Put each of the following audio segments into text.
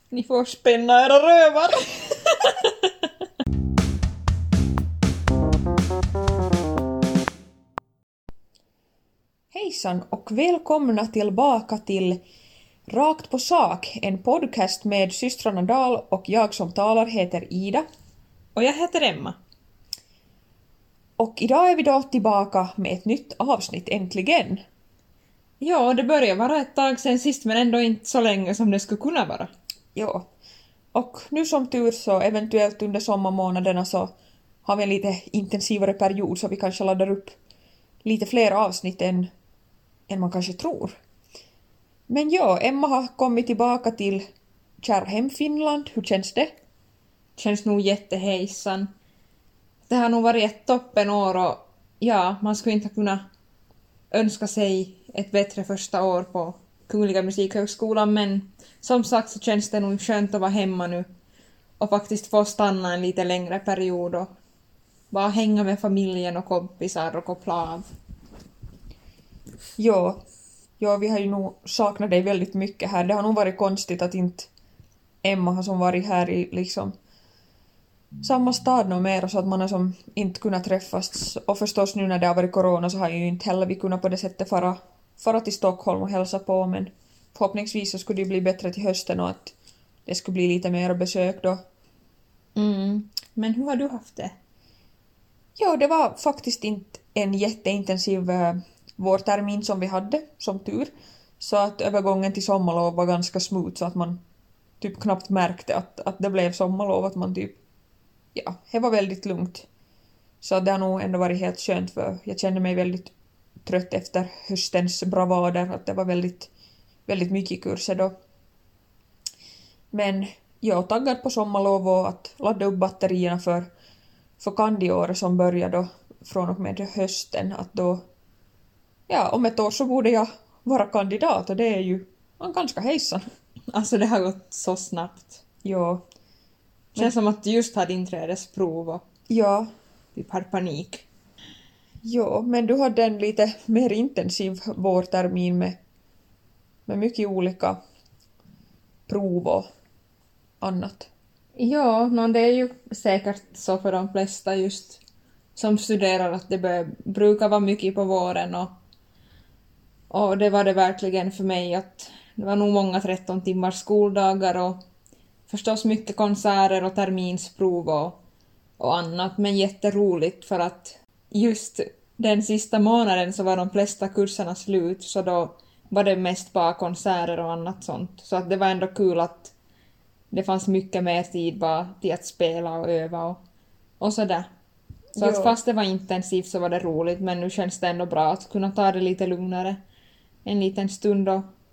Ni får spänna era rövar. Hejsan och välkomna tillbaka till Rakt på sak, en podcast med systrarna Dahl och jag som talar heter Ida. Och jag heter Emma. Och idag är vi då tillbaka med ett nytt avsnitt äntligen. Ja, det börjar vara ett tag sen sist men ändå inte så länge som det skulle kunna vara. Ja. Och nu som tur så eventuellt under sommarmånaderna så har vi en lite intensivare period så vi kanske laddar upp lite fler avsnitt än man kanske tror. Men ja, Emma har kommit tillbaka till Kärrhem, Finland. Hur känns det? Känns nog jättehejsan. Det har nog varit ett toppenår och ja, man skulle inte kunna önska sig ett bättre första år på Kungliga Musikhögskolan, men som sagt så känns det nog skönt att vara hemma nu och faktiskt få stanna en lite längre period och bara hänga med familjen och kompisar och koppla av. Ja, vi har ju nog saknat dig väldigt mycket här. Det har nog varit konstigt att inte Emma har som varit här i liksom samma stad nog mer så att man har som inte kunnat träffas. Och förstås nu när det har varit corona så har ju inte heller vi kunnat på det sättet fara till Stockholm och hälsa på, men förhoppningsvis så skulle det bli bättre till hösten och att det skulle bli lite mer besök då. Men hur har du haft det? Ja, det var faktiskt inte en jätteintensiv vårtermin som vi hade, som tur. Så att övergången till sommarlov var ganska smooth så att man typ knappt märkte att det blev sommarlov, att man typ, ja, det var väldigt lugnt. Så det har nog ändå varit helt skönt för jag kände mig väldigt trött efter höstens bravader, att det var väldigt, väldigt mycket kurser då. Men jag taggad på sommarlov och att ladda upp batterierna för kandiåret som börjar då från och med hösten, att då, ja, om ett år så borde jag vara kandidat och det är ju ganska hejsan. Alltså det har gått så snabbt. Ja. Känns som att du just hade inträdesprov och Ja. typ hade panik. Ja, men du hade en lite mer intensiv vårtermin med mycket olika prov och annat. Ja, det är ju säkert så för de flesta just som studerar att det brukar vara mycket på våren och det var det verkligen för mig, att det var nog många 13 timmars skoldagar och förstås mycket konserter och terminsprov och annat, men jätteroligt för att just den sista månaden så var de flesta kurserna slut, så då var det mest bara konserter och annat sånt, så att det var ändå kul att det fanns mycket mer tid bara till att spela och öva och sådär. Så att fast det var intensivt så var det roligt, men nu känns det ändå bra att kunna ta det lite lugnare en liten stund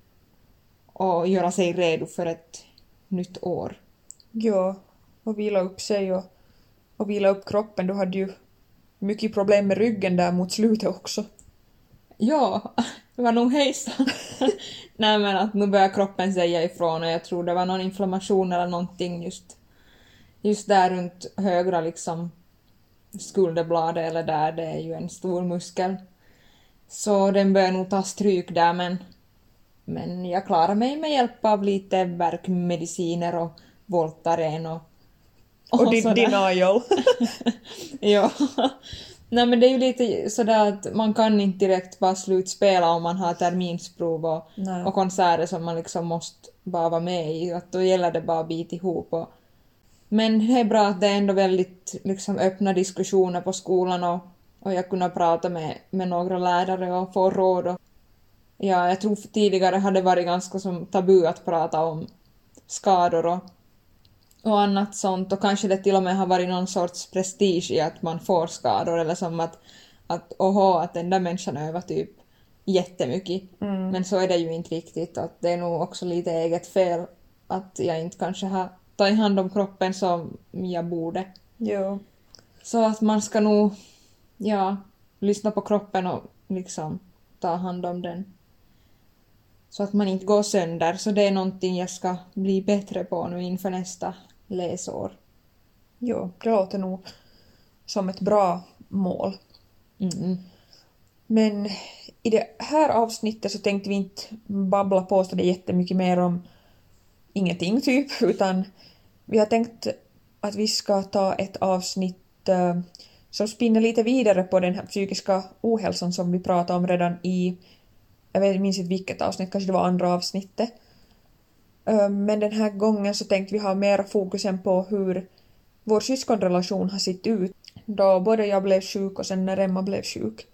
och göra sig redo för ett nytt år. Ja, och vila upp sig och vila upp kroppen. Du hade ju mycket problem med ryggen där mot slutet också. Ja, det var nog hejsan. Nej, men att nu börjar kroppen säga ifrån och jag tror det var någon inflammation eller någonting just där runt högra liksom skulderbladet eller där, det är ju en stor muskel. Så den börjar nog ta stryk där, men jag klarar mig med hjälp av lite värkmediciner och Voltaren och denial. Ja. Nej, men det är ju lite sådär att man kan inte direkt bara slutspela om man har terminsprov och konserter som man liksom måste bara vara med i, att då gäller det bara att bita ihop men det är bra att det är ändå väldigt liksom öppna diskussioner på skolan och jag kunde prata med några lärare och få råd ja, jag tror tidigare hade det varit ganska som tabu att prata om skador och annat sånt, och kanske det till och med har varit någon sorts prestige i att man får skador, eller som att den där människan övar typ jättemycket. Men så är det ju inte riktigt, att det är nog också lite eget fel att jag inte kanske har tagit hand om kroppen som jag borde. Ja. Så att man ska nog lyssna på kroppen och liksom ta hand om den. Så att man inte går sönder. Så det är någonting jag ska bli bättre på nu inför nästa läsår. Jo, det låter nog som ett bra mål. Men i det här avsnittet så tänkte vi inte babbla på så det jättemycket mer om ingenting typ, utan vi har tänkt att vi ska ta ett avsnitt som spinner lite vidare på den här psykiska ohälsan som vi pratade om redan i, minns inte vilket avsnitt, kanske det var andra avsnittet. Men den här gången så tänkte vi ha mera fokusen på hur vår syskonrelation har sett ut då både jag blev sjuk och sen när Emma blev sjuk.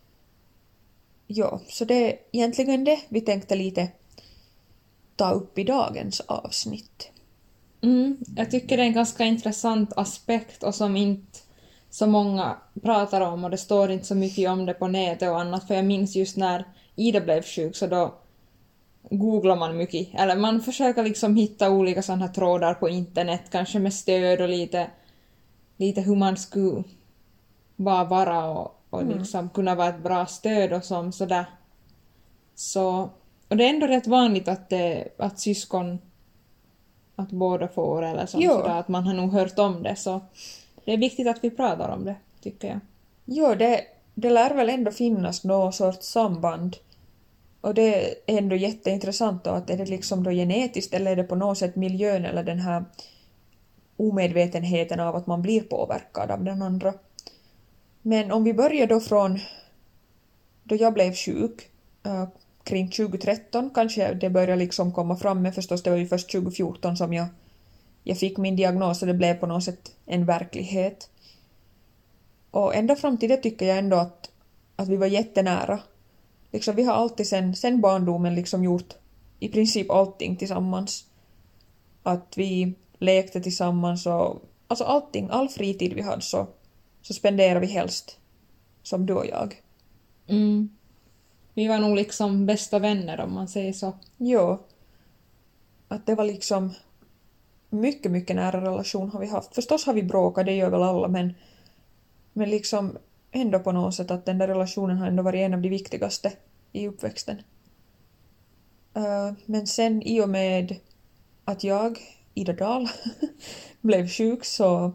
Ja, så det är egentligen det vi tänkte lite ta upp i dagens avsnitt. Jag tycker det är en ganska intressant aspekt och som inte så många pratar om och det står inte så mycket om det på nätet och annat, för jag minns just när Ida blev sjuk så då googlar man mycket, eller man försöker liksom hitta olika sådana här trådar på internet, kanske med stöd och lite hur man skulle bara vara och liksom kunna vara ett bra stöd och sådär. Så, och det är ändå rätt vanligt att syskon, att båda får eller sådär, att man har nog hört om det, så det är viktigt att vi pratar om det, tycker jag. Jo, det lär väl ändå finnas någon sorts samband. Och det är ändå jätteintressant då, att är det liksom då genetiskt eller är det på något sätt miljön eller den här omedvetenheten av att man blir påverkad av den andra. Men om vi börjar då från då jag blev sjuk, kring 2013 kanske det började liksom komma fram, men förstås det var ju först 2014 som jag fick min diagnos och det blev på något sätt en verklighet. Och ända fram till det tycker jag ändå att vi var jättenära. Liksom, vi har alltid sen barndomen liksom gjort i princip allting tillsammans. Att vi lekte tillsammans och alltså allting, all fritid vi hade så spenderade vi helst som du och jag. Vi var nog liksom bästa vänner om man säger så. Jo. Att det var liksom mycket, mycket nära relation har vi haft. Förstås har vi bråkat, det gör väl alla, men liksom ändå på något sätt att den där relationen har ändå varit en av de viktigaste i uppväxten. Men sen i och med att jag, Ida Dahl, blev sjuk så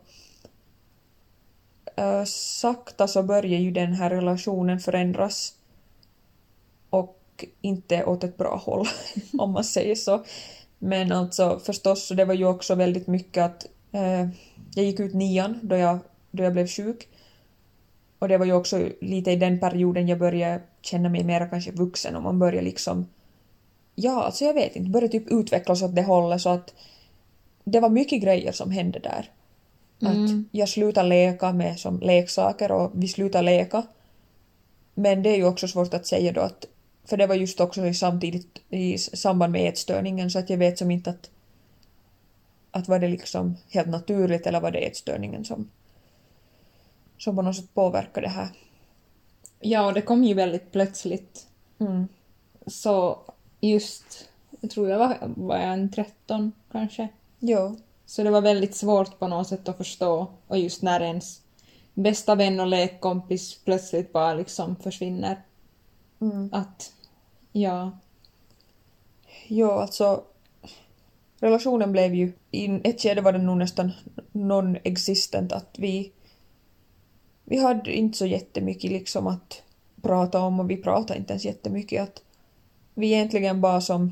sakta så började ju den här relationen förändras och inte åt ett bra håll om man säger så. Men alltså förstås, det var ju också väldigt mycket att jag gick ut 9:an då jag blev sjuk. Och det var ju också lite i den perioden jag började känna mig mer kanske vuxen och man började liksom, ja alltså jag vet inte, började typ utvecklas åt det hållet, så att det var mycket grejer som hände där. Att jag slutade leka med som leksaker och vi slutade leka. Men det är ju också svårt att säga då att, för det var just också samtidigt i samband med ätstörningen, så att jag vet som inte att var det liksom helt naturligt eller var det ätstörningen som på något sätt påverkar det här. Ja, och det kom ju väldigt plötsligt. Så just, jag tror jag var jag en 13 kanske. Jo. Så det var väldigt svårt på något sätt att förstå. Och just när ens bästa vän och lekkompis plötsligt bara liksom försvinner. Att, ja. Jo, alltså relationen blev ju, i ett skede var den nog nästan non-existent, att vi hade inte så jättemycket liksom att prata om och vi pratade inte ens jättemycket, att vi egentligen bara som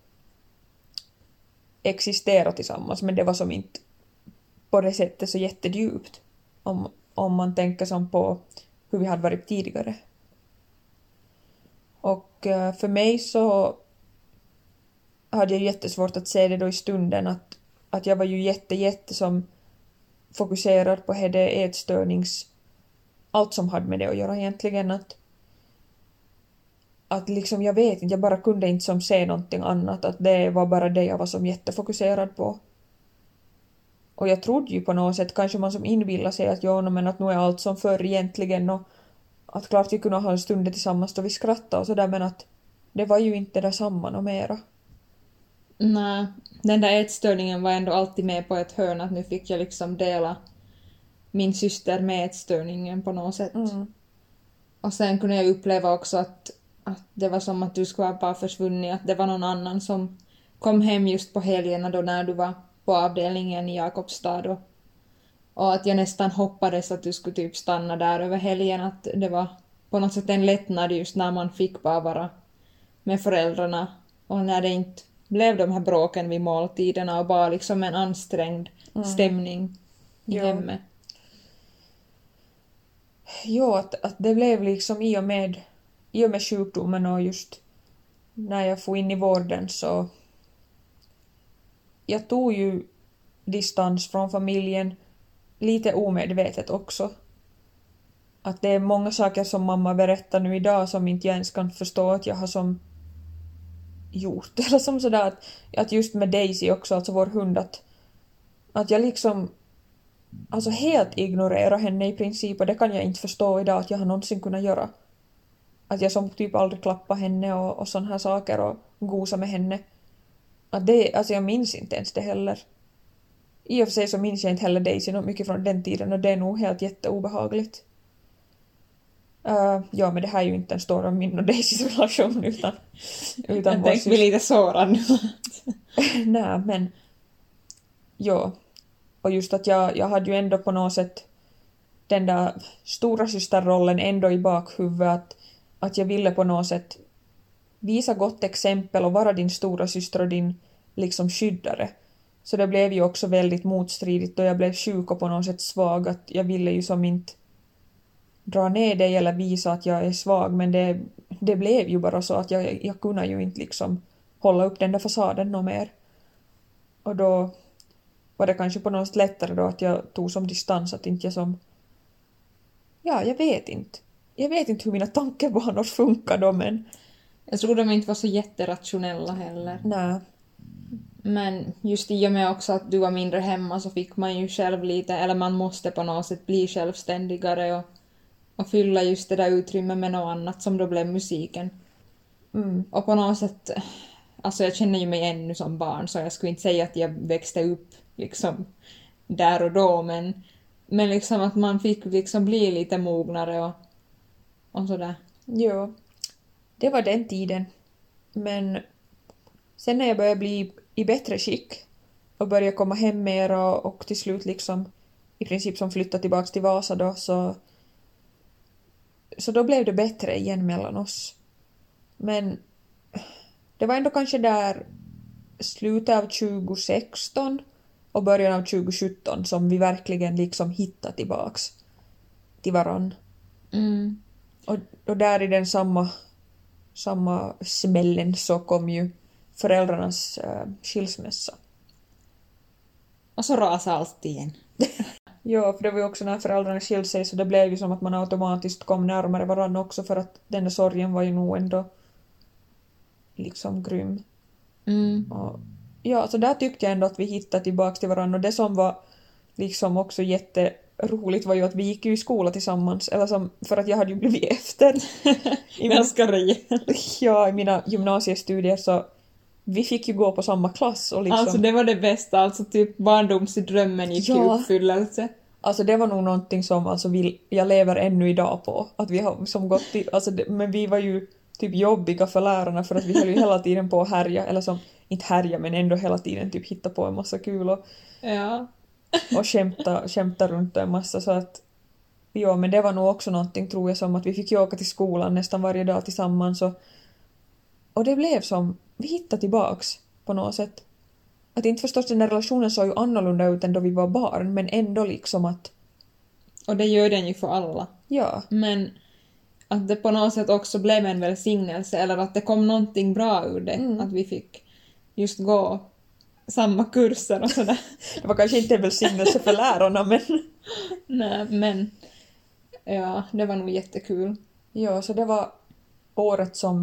existerade tillsammans, men det var som inte på det sättet så jättedjupt om man tänker som på hur vi hade varit tidigare. Och för mig så hade jag jättesvårt att se det då i stunden att jag var ju jätte som fokuserad på det allt som hade med det att göra egentligen, att liksom jag vet inte, jag bara kunde inte som se någonting annat, att det var bara det jag var som jättefokuserad på. Och jag trodde ju på något sätt, kanske man som inbillar sig att men att nu är allt som förr egentligen, och att klart vi kunde ha en stund tillsammans då vi skrattade och sådär, men att det var ju inte det samma och mera. Nej, den där ätstörningen var ändå alltid med på ett hörn, att nu fick jag liksom dela min syster med ätstörningen på något sätt. Och sen kunde jag uppleva också att det var som att du skulle ha bara försvunnit, att det var någon annan som kom hem just på helgerna då när du var på avdelningen i Jakobstad, och att jag nästan hoppades att du skulle typ stanna där över helgen, att det var på något sätt en lättnad just när man fick bara vara med föräldrarna och när det inte blev de här bråken vid måltiderna och bara liksom en ansträngd stämning i Jo. hemmet. Jo, att det blev liksom i och med sjukdomen och just när jag får in i vården så jag tog ju distans från familjen lite omedvetet också. Att det är många saker som mamma berättar nu idag som inte jag ens kan förstå att jag har som gjort. Eller som sådär att just med Daisy också, alltså vår hund, att jag liksom alltså helt ignorerar henne i princip och det kan jag inte förstå idag att jag har någonsin kunnat göra. Att jag som typ aldrig klappar henne och såna här saker och gosar med henne. Att det, alltså jag minns inte ens det heller. I och för sig så minns jag inte heller Daisy något mycket från den tiden och det är nog helt jätteobehagligt. Ja, men det här är ju inte en story om min och Daisys relation utan Jag vår tänkte bli lite sårad nu. Nej, men ja. Och just att jag hade ju ändå på något sätt den där stora systerrollen ändå i bakhuvudet att jag ville på något sätt visa gott exempel och vara din stora syster och din liksom skyddare. Så det blev ju också väldigt motstridigt då jag blev sjuk och på något sätt svag att jag ville ju som inte dra ner dig eller visa att jag är svag men det blev ju bara så att jag kunde ju inte liksom hålla upp den där fasaden något mer. Och då var det kanske på något sätt lättare då att jag tog som distans att inte jag som ja, jag vet inte. Jag vet inte hur mina tankebanor funkar då men Jag tror de inte var så jätterationella heller. nej. Men just i och med också att du var mindre hemma så fick man ju själv lite, eller man måste på något sätt bli självständigare och fylla just det där utrymmet med något annat som då blev musiken. Och på något sätt, alltså jag känner ju mig ännu som barn så jag skulle inte säga att jag växte upp liksom där och då men liksom att man fick liksom bli lite mognare och sådär. Jo, det var den tiden. Men sen när jag började bli i bättre skick och började komma hem mer och till slut liksom i princip som flyttade tillbaks till Vasa då så då blev det bättre igen mellan oss. Men det var ändå kanske där slutet av 2016 och början av 2017 som vi verkligen liksom hittade tillbaks till varann. Och där i den samma smällen så kom ju föräldrarnas skilsmässa. Och så rasade allt igen. Ja, för det var ju också när föräldrarna skilde sig så det blev ju som att man automatiskt kom närmare varandra också för att den där sorgen var ju nog ändå liksom grym. Och, ja, så där tyckte jag ändå att vi hittade tillbaka till varandra och det som var liksom också jätteroligt var ju att vi gick ju i skola tillsammans eller som, för att jag hade ju blivit efter Ganska rejält. ja, i mina gymnasiestudier så vi fick ju gå på samma klass och liksom Alltså det var det bästa, alltså typ barndomsdrömmen gick i uppfyllelse. Alltså det var nog någonting som alltså jag lever ännu idag på. Att vi har som gått till, alltså men vi var ju typ jobbiga för lärarna för att vi höll ju hela tiden på att härja, eller som, inte härja men ändå hela tiden typ hitta på en massa kul och skämta runt en massa så att ja, men det var nog också någonting tror jag som att vi fick ju åka till skolan nästan varje dag tillsammans och det blev som, vi hittade tillbaks på något sätt. Att inte förstås den där relationen såg ju annorlunda ut än då vi var barn men ändå liksom att och det gör den ju för alla. ja. Men att det på något sätt också blev en välsignelse eller att det kom någonting bra ur det. Att vi fick just gå samma kurser och sådär. Det var kanske inte en välsignelse för lärarna men Nej, men ja, det var nog jättekul. ja, så det var året som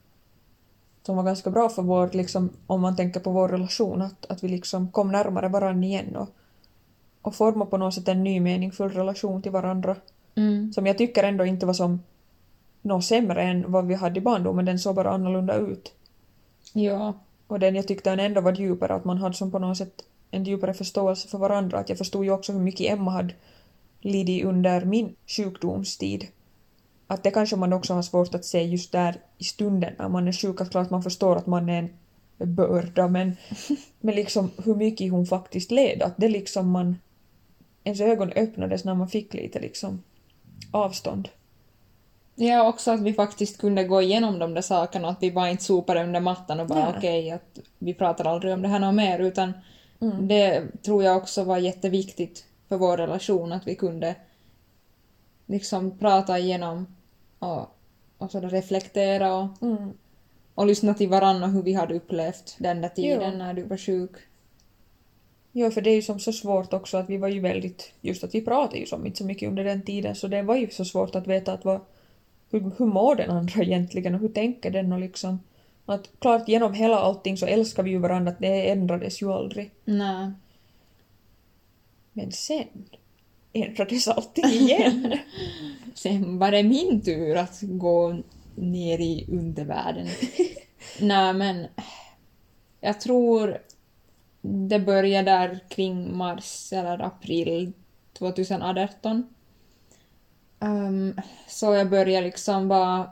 var ganska bra för vår, liksom, om man tänker på vår relation, att vi liksom kom närmare varandra igen och formade på något sätt en ny meningsfull relation till varandra. Som jag tycker ändå inte var som något sämre än vad vi hade i barndomen, den såg bara annorlunda ut. Ja. Och den jag tyckte ändå var djupare, att man hade som på något sätt en djupare förståelse för varandra. Att jag förstod ju också hur mycket Emma hade lidit under min sjukdomstid. Att det kanske man också har svårt att se just där i stunden när man är sjuk. Att klart man förstår att man är en börda men liksom hur mycket hon faktiskt led. Att det liksom ens ögon öppnades när man fick lite liksom avstånd. Ja, också att vi faktiskt kunde gå igenom de där sakerna, att vi bara inte sopade under mattan och bara Nej. okej, att vi pratar aldrig om det här något mer, utan det tror jag också var jätteviktigt för vår relation, att vi kunde liksom prata igenom och sådär reflektera och lyssna till varandra hur vi hade upplevt den där tiden Jo. när du var sjuk. Jo, för det är ju som så svårt också att vi var ju väldigt, just att vi pratade ju som inte så mycket under den tiden, så det var ju så svårt att veta att hur mår den andra egentligen och hur tänker den och liksom att klart genom hela allting så älskar vi ju varandra, att det ändrades ju aldrig. Nej. Men sen ändrades allting igen. Sen var det min tur att gå ner i undervärlden. Nej, men jag tror det började där kring mars eller april 2018. Så jag började liksom bara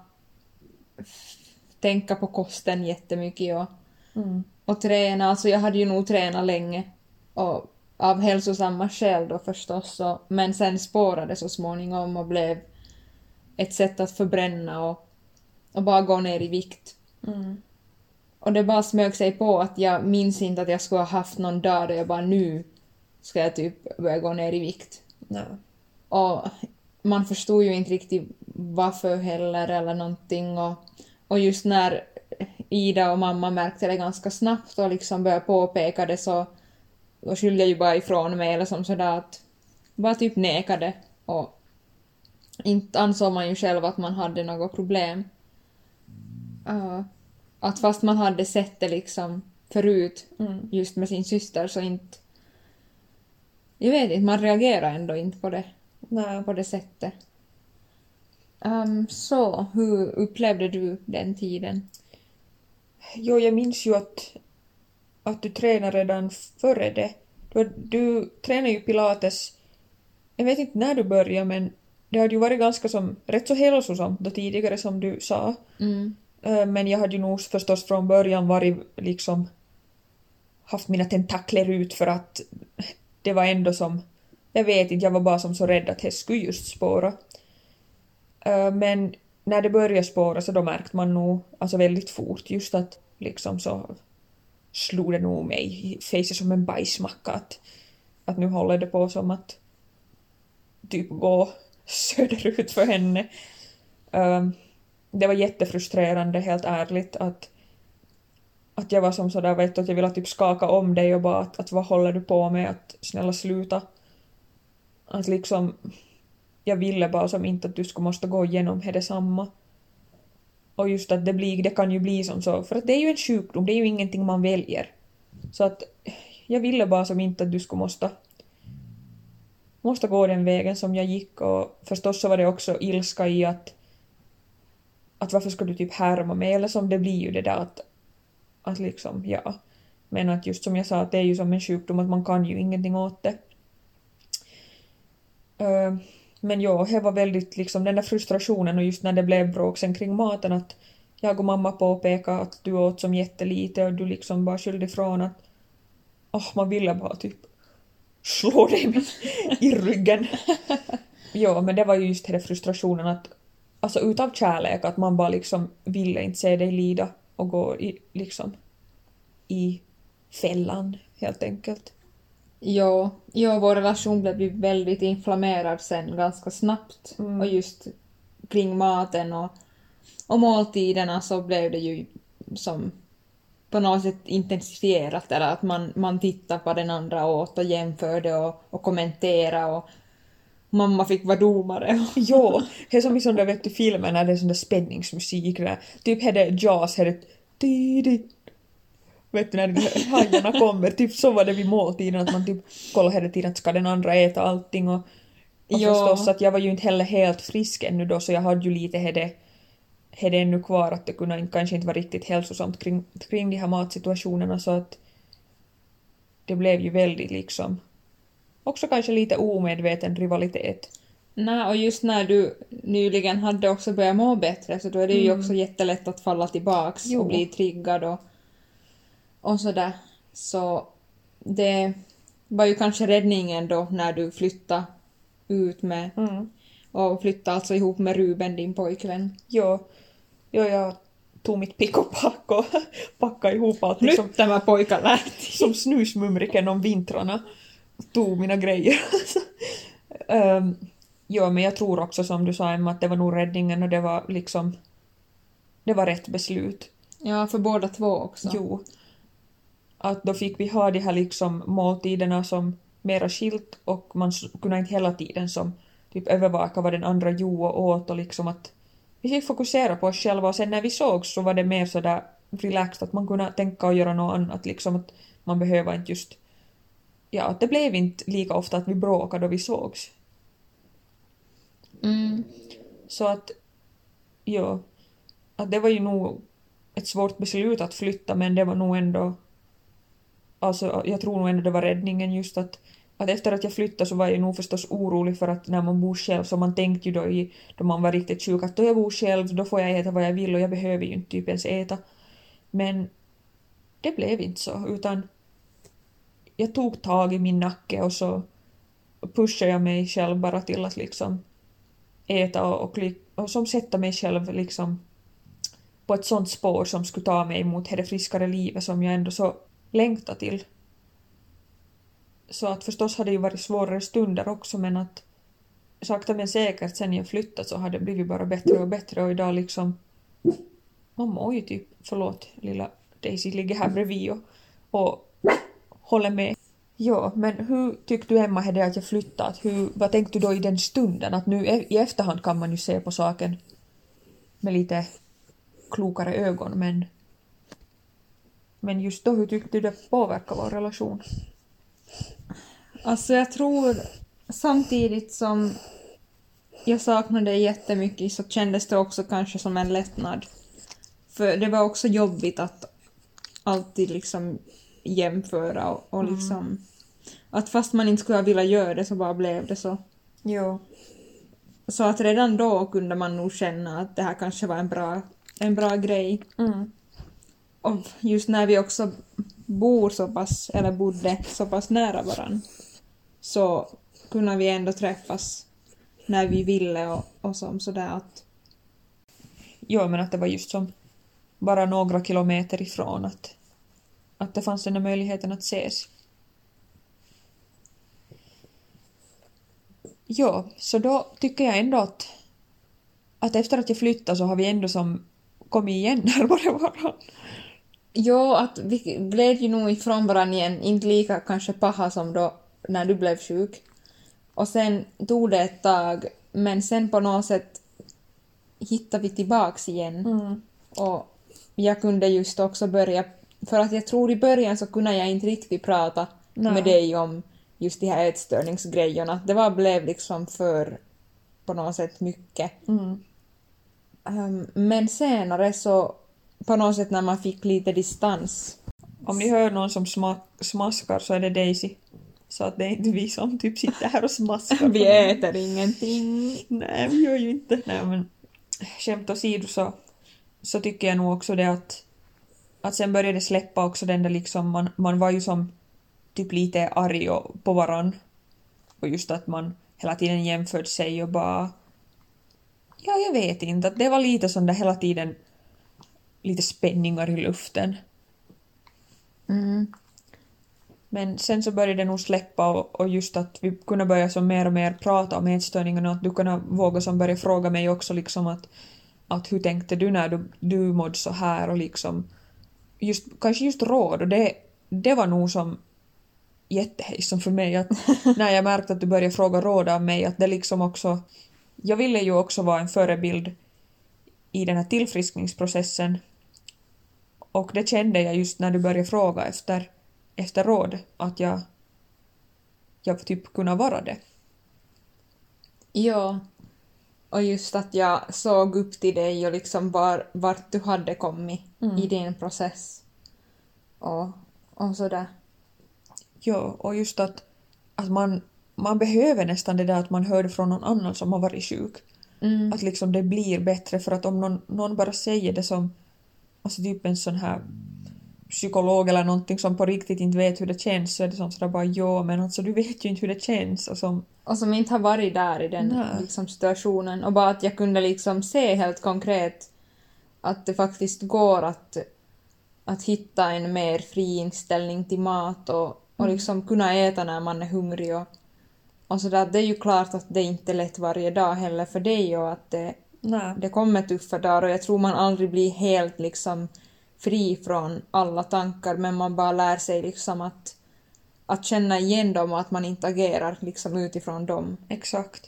tänka på kosten jättemycket och träna. Alltså jag hade ju nog tränat länge och av hälsosamma skäl då förstås. Men sen spårade så småningom och blev ett sätt att förbränna och bara gå ner i vikt. Och det bara smög sig på att jag minns inte att jag skulle ha haft någon dag där jag bara nu ska jag typ börja gå ner i vikt. Nej. Och man förstod ju inte riktigt varför heller eller någonting. Och just när Ida och mamma märkte det ganska snabbt och liksom började påpeka det så skyllde jag ju bara ifrån mig eller som sådär att bara typ nekade. Och inte ansåg man ju själv att man hade något problem. Att fast man hade sett det liksom förut just med sin syster så inte... Jag vet inte, man reagerar ändå inte på det. Nej. På det sättet. Så, hur upplevde du den tiden? Jo, jag minns ju att du tränade redan före det. Du tränade ju pilates, jag vet inte när du började, men det hade ju varit ganska rätt så hälsosamt då tidigare som du sa. Men jag hade ju nog förstås från början varit liksom haft mina tentakler ut för att det var ändå jag vet inte, jag var bara som så rädd att det skulle just spåra. Men när det började spåra så då märkte man nog alltså väldigt fort just att liksom så slog det nog mig i fejset som en bajsmacka att nu håller det på som att typ gå söderut för henne. Det var jättefrustrerande, helt ärligt, att jag var som sådär, vet du, att jag ville typ skaka om dig och bara att vad håller du på med, att snälla sluta. Att liksom, jag ville bara som inte att du skulle måste gå igenom detsamma. Och just att det kan ju bli som så, för att det är ju en sjukdom, det är ju ingenting man väljer. Så att jag ville bara som inte att du skulle måste gå den vägen som jag gick, och förstås så var det också ilska i att varför ska du typ härma mig, eller som det blir ju det där att liksom, ja. Men att just som jag sa, att det är ju som en sjukdom, att man kan ju ingenting åt det. Men ja, det var väldigt liksom den där frustrationen, och just när det blev bråk sen kring maten, att jag och mamma påpekade att du åt som jättelite och du liksom bara skyllde ifrån att man ville bara typ slå dig i ryggen. Ja, men det var ju just den frustrationen att alltså utav kärlek, att man bara liksom ville inte se dig lida och gå i fällan helt enkelt. Ja, vår relation blev ju väldigt inflammerad sen ganska snabbt. Och just kring maten och måltiderna så blev det ju som på något sätt intensifierat, eller att man tittar på den andra åt och jämförde och kommenterade, och mamma fick vara domare. Jo, det är som i sån där, vet du, filmer när det är sån där spänningsmusik där. Typ hade Jaws hade vet du, när hajarna kommer, typ så var det vid måltiden, att man typ kollar hela tiden att ska den andra äta allting, och förstås att jag var ju inte heller helt frisk ännu då, så jag hade ju lite hade ännu kvar att det kunde kanske inte vara riktigt hälsosamt kring de här matsituationerna, så att det blev ju väldigt liksom också kanske lite omedveten rivalitet. Nej, och just när du nyligen hade också börjat må bättre, så då är det ju också jättelätt att falla tillbaks och bli triggad och sådär. Så det var ju kanske räddningen då när du flyttade ut med Och flyttade alltså ihop med Ruben, din pojkvän. Jo, jag tog mitt pick och pack och packade ihop allt Nyt liksom, tämä poika lähti. som snusmumriken om vintrarna. Tog mina grejer. um, jo, men jag tror också som du sa Emma att det var nog räddningen och det var liksom det var rätt beslut. Ja, för båda två också. Jo. Att då fick vi ha de här liksom måltiderna som mera skilt och man kunde inte hela tiden som typ övervaka vad den andra gjorde och åt och liksom att vi fick fokusera på oss själva och sen när vi sågs så var det mer sådär relaxed att man kunde tänka och göra något annat liksom att man behöver inte just ja, att det blev inte lika ofta att vi bråkade då vi sågs. Mm. Så att ja, att det var ju nog ett svårt beslut att flytta men det var nog ändå alltså jag tror nog ändå det var räddningen just att efter att jag flyttade så var jag nog förstås orolig för att när man bor själv så man tänkte ju då man var riktigt sjuk att då jag bor själv då får jag äta vad jag vill och jag behöver ju inte typ ens äta. Men det blev inte så utan jag tog tag i min nacke och så pushade jag mig själv bara till att liksom äta och som sätta mig själv liksom på ett sånt spår som skulle ta mig mot det friskare livet som jag ändå så längtar till. Så att förstås hade det ju varit svårare stunder också men att sakta men säkert sen jag flyttat så hade det blivit bara bättre och bättre och idag liksom man mår ju typ, förlåt lilla Daisy ligger här bredvid och håller med. Ja, men hur tyckte du Emma hade att jag flyttat? Vad tänkte du då i den stunden? Att nu i efterhand kan man ju se på saken med lite klokare ögon men just då hur tyckte du det påverkar vår relation? Alltså jag tror samtidigt som jag saknade det jättemycket så kändes det också kanske som en lättnad. För det var också jobbigt att alltid liksom jämföra och liksom att fast man inte skulle vilja göra det så bara blev det så. Jo. Så att redan då kunde man nog känna att det här kanske var en bra grej. Mm. Och just när vi också bodde så pass nära varann så kunde vi ändå träffas när vi ville och som sådär att Jo, men att det var just som bara några kilometer ifrån att det fanns den där möjligheten att ses. Ja, så då tycker jag ändå att efter att jag flyttade så har vi ändå som kommit igen närmare varandra. jo, att vi blev ju nog ifrån varandra igen, inte lika kanske paha som då när du blev sjuk. Och sen tog det ett tag, men sen på något sätt hittade vi tillbaks igen. Och jag kunde just också börja, för att jag tror i början så kunde jag inte riktigt prata med dig om just de här ätstörningsgrejerna. Det blev liksom för på något sätt mycket. Men senare så på något sätt när man fick lite distans. Om ni hör någon som smaskar så är det Daisy. Så att det är inte vi som typ sitter här och smaskar. Vi äter ingenting. Nej, vi gör ju inte. Nej, men skämt åsido så tycker jag nog också det att sen började släppa också den där liksom man var ju som typ lite arg på varann. Och just att man hela tiden jämförde sig och bara ja, jag vet inte. Att det var lite sån där hela tiden lite spänningar i luften. Men sen så började det nog släppa och just att vi kunde börja som mer och mer prata om ätstörningarna och att du kunde våga som börja fråga mig också liksom att hur tänkte du när du mådde så här och liksom kanske just råd och det var nog som jättehejsom för mig att när jag märkte att du började fråga råd av mig att det liksom också jag ville ju också vara en förebild i den här tillfriskningsprocessen och det kände jag just när du började fråga efter råd att jag typ kunna vara det. Ja, och just att jag såg upp till dig och liksom vart du hade kommit i din process och sådär. Ja, och just att man behöver nästan det där att man hörde från någon annan som har varit sjuk. Att liksom det blir bättre för att om någon bara säger det som alltså typ en sån här psykolog eller någonting som på riktigt inte vet hur det känns så är det sånt sådär bara ja men alltså du vet ju inte hur det känns och som och som inte har varit där i den Nej. liksom, situationen. Och bara att jag kunde liksom se helt konkret att det faktiskt går att hitta en mer fri inställning till mat och liksom kunna äta när man är hungrig och sådär. Det är ju klart att det inte är lätt varje dag heller för dig och att Nej. det kommer tuffa dagar och jag tror man aldrig blir helt liksom fri från alla tankar men man bara lär sig liksom att känna igen dem och att man inte agerar liksom utifrån dem. Exakt.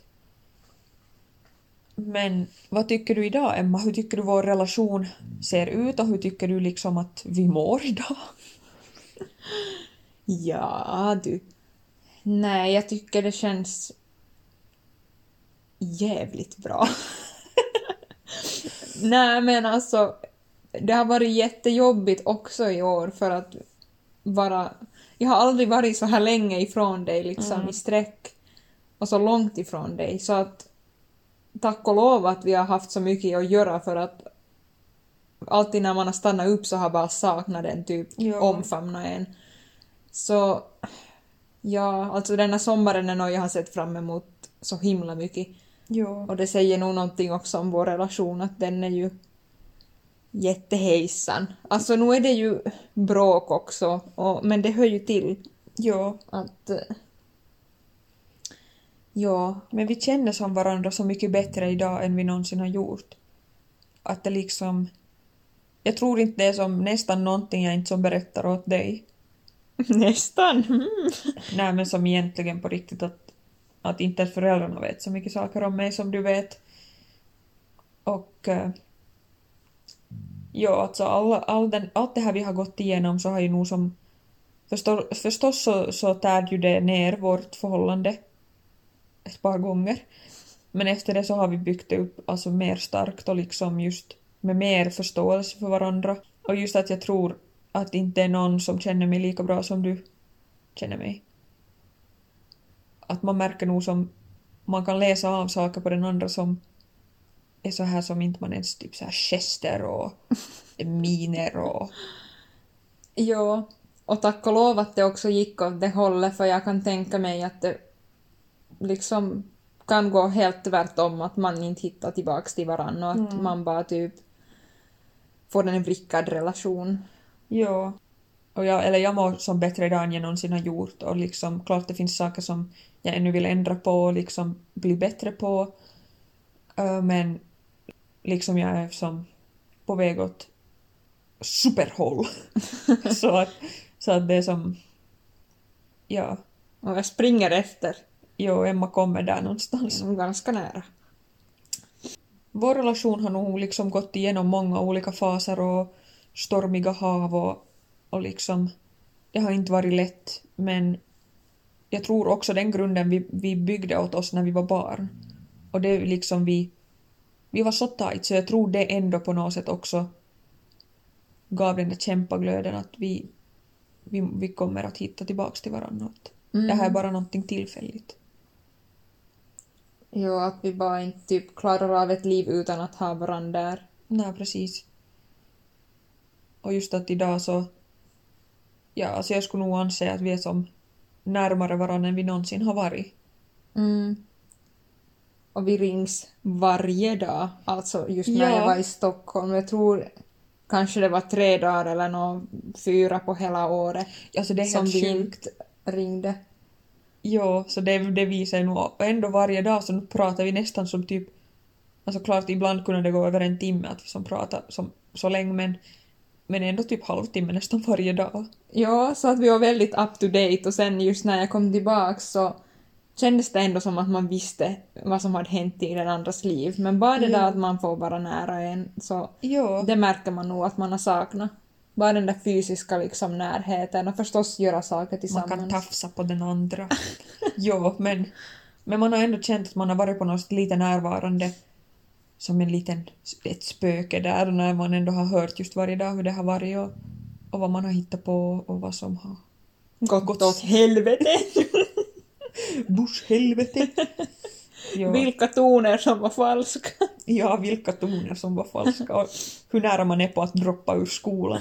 Men vad tycker du idag, Emma? Hur tycker du vår relation ser ut och hur tycker du liksom att vi mår idag? Ja, du. Nej, jag tycker det känns jävligt bra. Nej, men alltså det har varit jättejobbigt också i år för att vara... Jag har aldrig varit så här länge ifrån dig liksom i sträck och så långt ifrån dig så att tack och lov att vi har haft så mycket att göra för att alltid när man har stannat upp så har bara saknaden typ omfamnat en. Så ja, alltså den här sommaren är något jag har sett fram emot så himla mycket. Ja. Och det säger nog någonting också om vår relation att den är ju jättehejsan. Alltså nu är det ju bråk också, men det hör ju till Ja. att... Ja, Men vi känner som varandra så mycket bättre idag än vi någonsin har gjort. Att det liksom... Jag tror inte det är som nästan någonting jag inte som berättar åt dig. nästan. Nej, men som egentligen på riktigt att inte föräldrarna vet så mycket saker om mig som du vet. Och ja, alltså allt det här vi har gått igenom så har ju nog som... Förstås så tär ju det ner vårt förhållande ett par gånger. Men efter det så har vi byggt det upp alltså mer starkt och liksom just med mer förståelse för varandra. Och just att jag tror att inte är någon som känner mig lika bra som du känner mig. Att man märker nog som man kan läsa av saker på den andra som är så här som inte man ens typ så här gester och miner och... Ja, och tack och lov att det också gick åt det hållet för jag kan tänka mig att det liksom kan gå helt tvärtom att man inte hittar tillbaks till varandra och att man bara typ får en vrickad relation. Ja. Och jag mår som bättre idag än jag någonsin har gjort och liksom klart det finns saker som jag ännu vill ändra på och liksom bli bättre på. Men liksom jag är som på väg åt superhåll. så att det är som... Ja. Och jag springer efter. Jo, Emma kommer där någonstans. Ganska nära. Vår relation har nog liksom gått igenom många olika faser och stormiga hav och liksom... Det har inte varit lätt, men jag tror också den grunden vi byggde åt oss när vi var barn. Och det är liksom vi var så tajt så jag tror det ändå på något sätt också gav den där kämpaglöden att vi kommer att hitta tillbaks till varandra. Det här är bara någonting tillfälligt. Ja, att vi bara inte typ klarar av ett liv utan att ha varandra där. Nej, precis. Och just att idag så... Ja, alltså jag skulle nog anse att vi är som närmare varandra än vi någonsin har varit. Och vi rings varje dag. Alltså just när jag var i Stockholm. Jag tror kanske det var 3 dagar eller 4 på hela året. Alltså det är som helt vi sjukt. inte ringde. Jo, så det visar ju nog ändå varje dag så pratar vi nästan som typ... Alltså klart ibland kunde det gå över en timme att vi som pratar som så länge men ändå typ halvtimme nästan varje dag. Ja, så att vi var väldigt up to date och sen just när jag kom tillbaka så kändes det ändå som att man visste vad som hade hänt i den andras liv. Men bara det där att man får vara nära en så det märker man nog att man har saknat. Bara den där fysiska liksom närheten och förstås göra saker tillsammans. Man kan tafsa på den andra. Jo, men man har ändå känt att man har varit på något sätt lite närvarande som ett spöke där när man ändå har hört just varje dag hur det har varit och vad man har hittat på och vad som har gått åt helvete. Bush-helvete. Ja. Vilka toner som var falska. Ja, vilka toner som var falska och hur nära man är på att droppa ur skolan.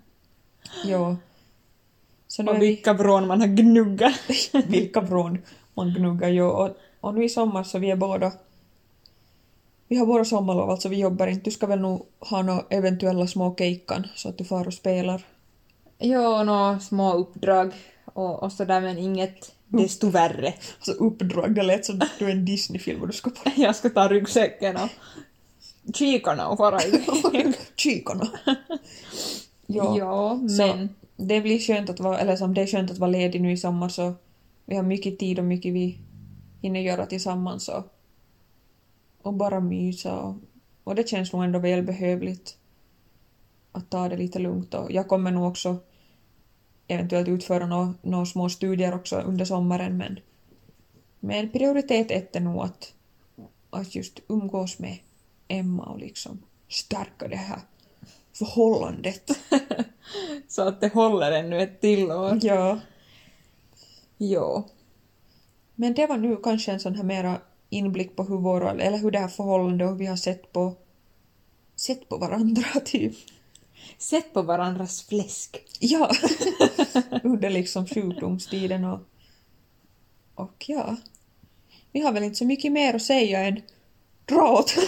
Ja. Så och vilka vrån man har gnuggat. Vilka vrån Man gnuggar ju. Och nu i sommar så vi har båda sommarlov, alltså vi jobbar inte. Du ska väl nog ha några eventuella små kejkan så att du far och spelar. Jo, några små uppdrag och sådär, men inget desto värre. Alltså uppdrag, det lät som du är en Disney-film och du ska på Jag ska ta ryggsäcken och kikarna och fara iväg. kikarna. Ja, men... Så det blir skönt att vara, eller som det är skönt att vara ledig nu i sommar, så vi har mycket tid och mycket vi hinner göra tillsammans och bara mysa och det känns nog ändå välbehövligt att ta det lite lugnt, och jag kommer nog också eventuellt utföra några små studier också under sommaren, men prioritet 1 är nog att just umgås med Emma och liksom stärka det här förhållandet. Så att det håller ännu ett till år. Ja. Jo. Men det var nu kanske en sån här mera inblick på hur det här förhållandet och vi har sett på varandra typ. Sett på varandras fläsk. Ja. Under liksom sjukdomstiden och ja. Vi har väl inte så mycket mer att säga än dra åt.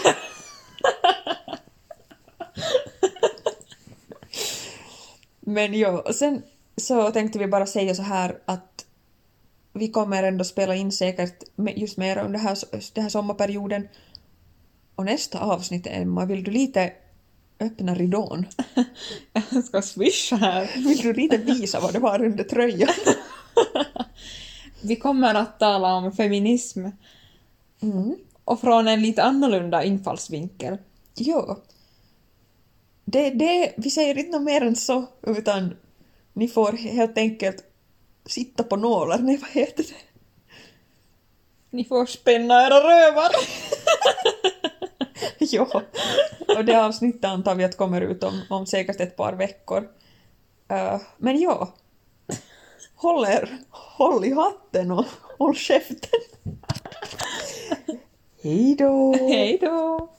Men ja, och sen så tänkte vi bara säga så här att vi kommer ändå spela in säkert just mer under den här sommarperioden. Och nästa avsnitt, Emma, vill du lite öppna ridån? Jag ska swisha här. Vill du lite visa vad det var under tröjan? Vi kommer att tala om feminism. Mm. Och från en lite annorlunda infallsvinkel. Ja. Vi säger inte något mer än så, utan ni får helt enkelt sitta på nålar. Nej, vad heter det? Ni får spänna era rövar. Ja, och det avsnittet antar vi att kommer ut om säkert ett par veckor. Men ja, håll i hatten och håll käften. Hej då! Hej då!